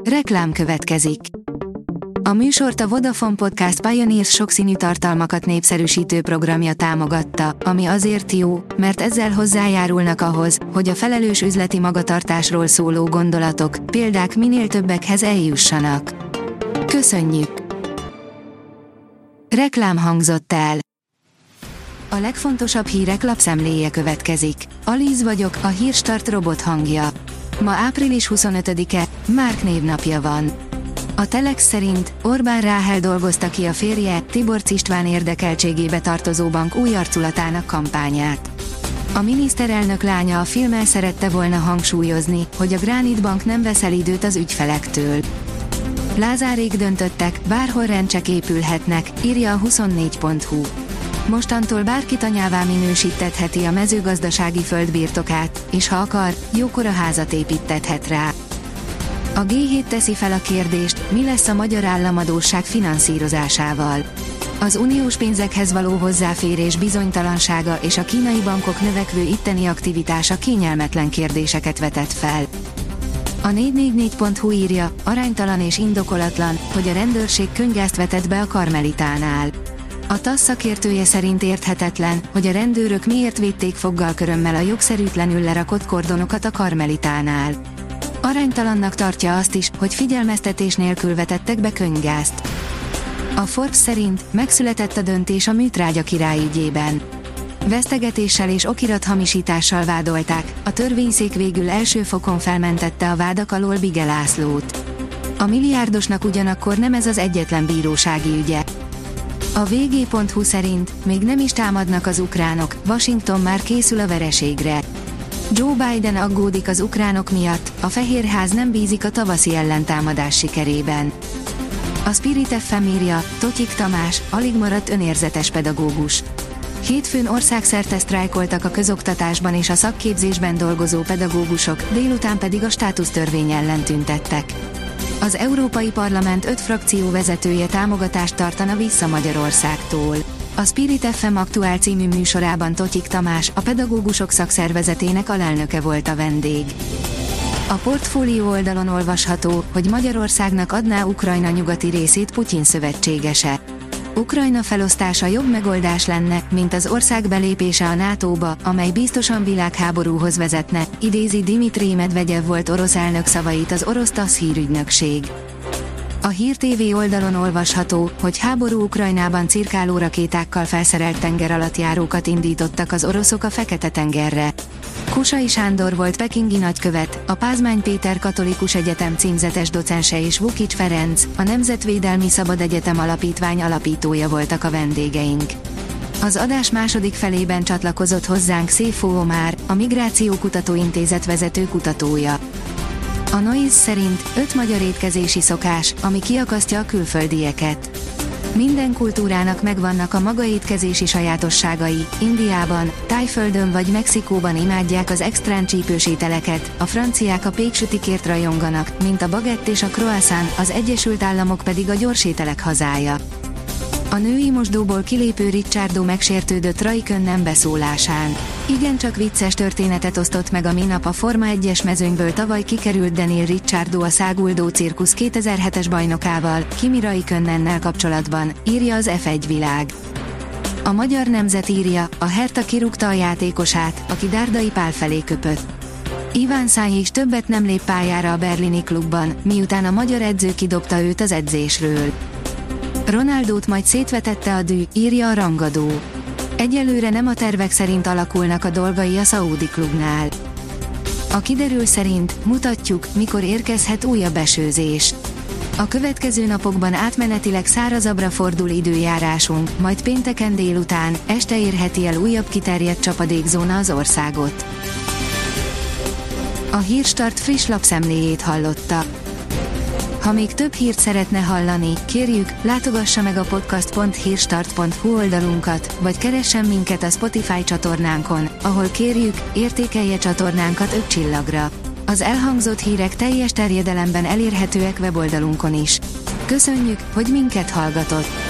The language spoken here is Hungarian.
Reklám következik. A műsort a Vodafone Podcast Pioneers sokszínű tartalmakat népszerűsítő programja támogatta, ami azért jó, mert ezzel hozzájárulnak ahhoz, hogy a felelős üzleti magatartásról szóló gondolatok, példák minél többekhez eljussanak. Köszönjük! Reklám hangzott el. A legfontosabb hírek lapszemléje következik. Alíz vagyok, a Hírstart robot hangja. Ma április 25-e, Márk névnapja van. A Telex szerint Orbán Ráhel dolgozta ki a férje, Tiborcs István érdekeltségébe tartozó bank új arculatának kampányát. A miniszterelnök lánya a filmmel szerette volna hangsúlyozni, hogy a Granit Bank nem vesz el időt az ügyfelektől. Lázárék döntöttek, bárhol rendsek épülhetnek, írja a 24.hu. Mostantól bárkit anyává minősítetheti a mezőgazdasági földbirtokát, és ha akar, jókora házat építtethet rá. A G7 teszi fel a kérdést, mi lesz a magyar államadósság finanszírozásával. Az uniós pénzekhez való hozzáférés bizonytalansága és a kínai bankok növekvő itteni aktivitása kényelmetlen kérdéseket vetett fel. A 444.hu írja, aránytalan és indokolatlan, hogy a rendőrség könyvgázt vetett be a Karmelitánál. A TASZ szakértője szerint érthetetlen, hogy a rendőrök miért védték foggalkörömmel a jogszerűtlenül lerakott kordonokat a Karmelitánál. Aránytalannak tartja azt is, hogy figyelmeztetés nélkül vetettek be könyvgázt. A Forbes szerint megszületett a döntés a műtrágya király ügyében. Vesztegetéssel és okirathamisítással vádolták, a törvényszék végül első fokon felmentette a vádak alól Bige Lászlót. A milliárdosnak ugyanakkor nem ez az egyetlen bírósági ügye. A vg.hu szerint még nem is támadnak az ukránok, Washington már készül a vereségre. Joe Biden aggódik az ukránok miatt, a Fehérház nem bízik a tavaszi ellentámadás sikerében. A Spirit FM írja, Totyik Tamás, alig maradt önérzetes pedagógus. Hétfőn országszerte sztrájkoltak a közoktatásban és a szakképzésben dolgozó pedagógusok, délután pedig a státusztörvény ellen tüntettek. Az Európai Parlament 5 frakció vezetője támogatást tartana vissza Magyarországtól. A Spirit FM Aktuál című műsorában Totyik Tamás, a pedagógusok szakszervezetének alelnöke volt a vendég. A Portfólió oldalon olvasható, hogy Magyarországnak adná Ukrajna nyugati részét Putyin szövetségese. Ukrajna felosztása jobb megoldás lenne, mint az ország belépése a NATO-ba, amely biztosan világháborúhoz vezetne, idézi Dmitrij Medvegyev volt orosz elnök szavait az orosz TASZ hírügynökség. A Hír TV oldalon olvasható, hogy háború Ukrajnában cirkáló rakétákkal felszerelt tengeralattjárókat indítottak az oroszok a Fekete-tengerre. Kusai Sándor volt pekingi nagykövet, a Pázmány Péter Katolikus Egyetem címzetes docense és Vukics Ferenc, a Nemzetvédelmi Szabad Egyetem Alapítvány alapítója voltak a vendégeink. Az adás második felében csatlakozott hozzánk Széfó Omár, a Migrációkutató Intézet vezető kutatója. A Noise szerint 5 magyar étkezési szokás, ami kiakasztja a külföldieket. Minden kultúrának megvannak a maga étkezési sajátosságai, Indiában, Tájföldön vagy Mexikóban imádják az extrán csípős ételeket, a franciák a péksütikért rajonganak, mint a bagett és a croissant, az Egyesült Államok pedig a gyorsételek hazája. A női mosdóból kilépő Ricciardo megsértődött Raikkonen beszólásán. Igencsak vicces történetet osztott meg a minap a Forma 1-es mezőnyből tavaly kikerült Daniel Ricciardo a száguldó cirkusz 2007-es bajnokával, Kimi Raikkönennel kapcsolatban, írja az F1 világ. A Magyar Nemzet írja, a Hertha kirúgta a játékosát, aki Dárdai Pál felé köpött. Iván Szájés többet nem lép pályára a berlini klubban, miután a magyar edző kidobta őt az edzésről. Ronaldót majd szétvetette a dű, írja a rangadó. Egyelőre nem a tervek szerint alakulnak a dolgai a szaúdi klubnál. A kiderül szerint mutatjuk, mikor érkezhet újabb esőzés. A következő napokban átmenetileg szárazabbra fordul időjárásunk, majd pénteken délután, este érheti el újabb kiterjedt csapadékzóna az országot. A Hírstart friss lapszemléjét hallotta. Ha még több hírt szeretne hallani, kérjük, látogassa meg a podcast.hírstart.hu oldalunkat, vagy keressen minket a Spotify csatornánkon, ahol kérjük, értékelje csatornánkat 5 csillagra. Az elhangzott hírek teljes terjedelemben elérhetőek weboldalunkon is. Köszönjük, hogy minket hallgatott!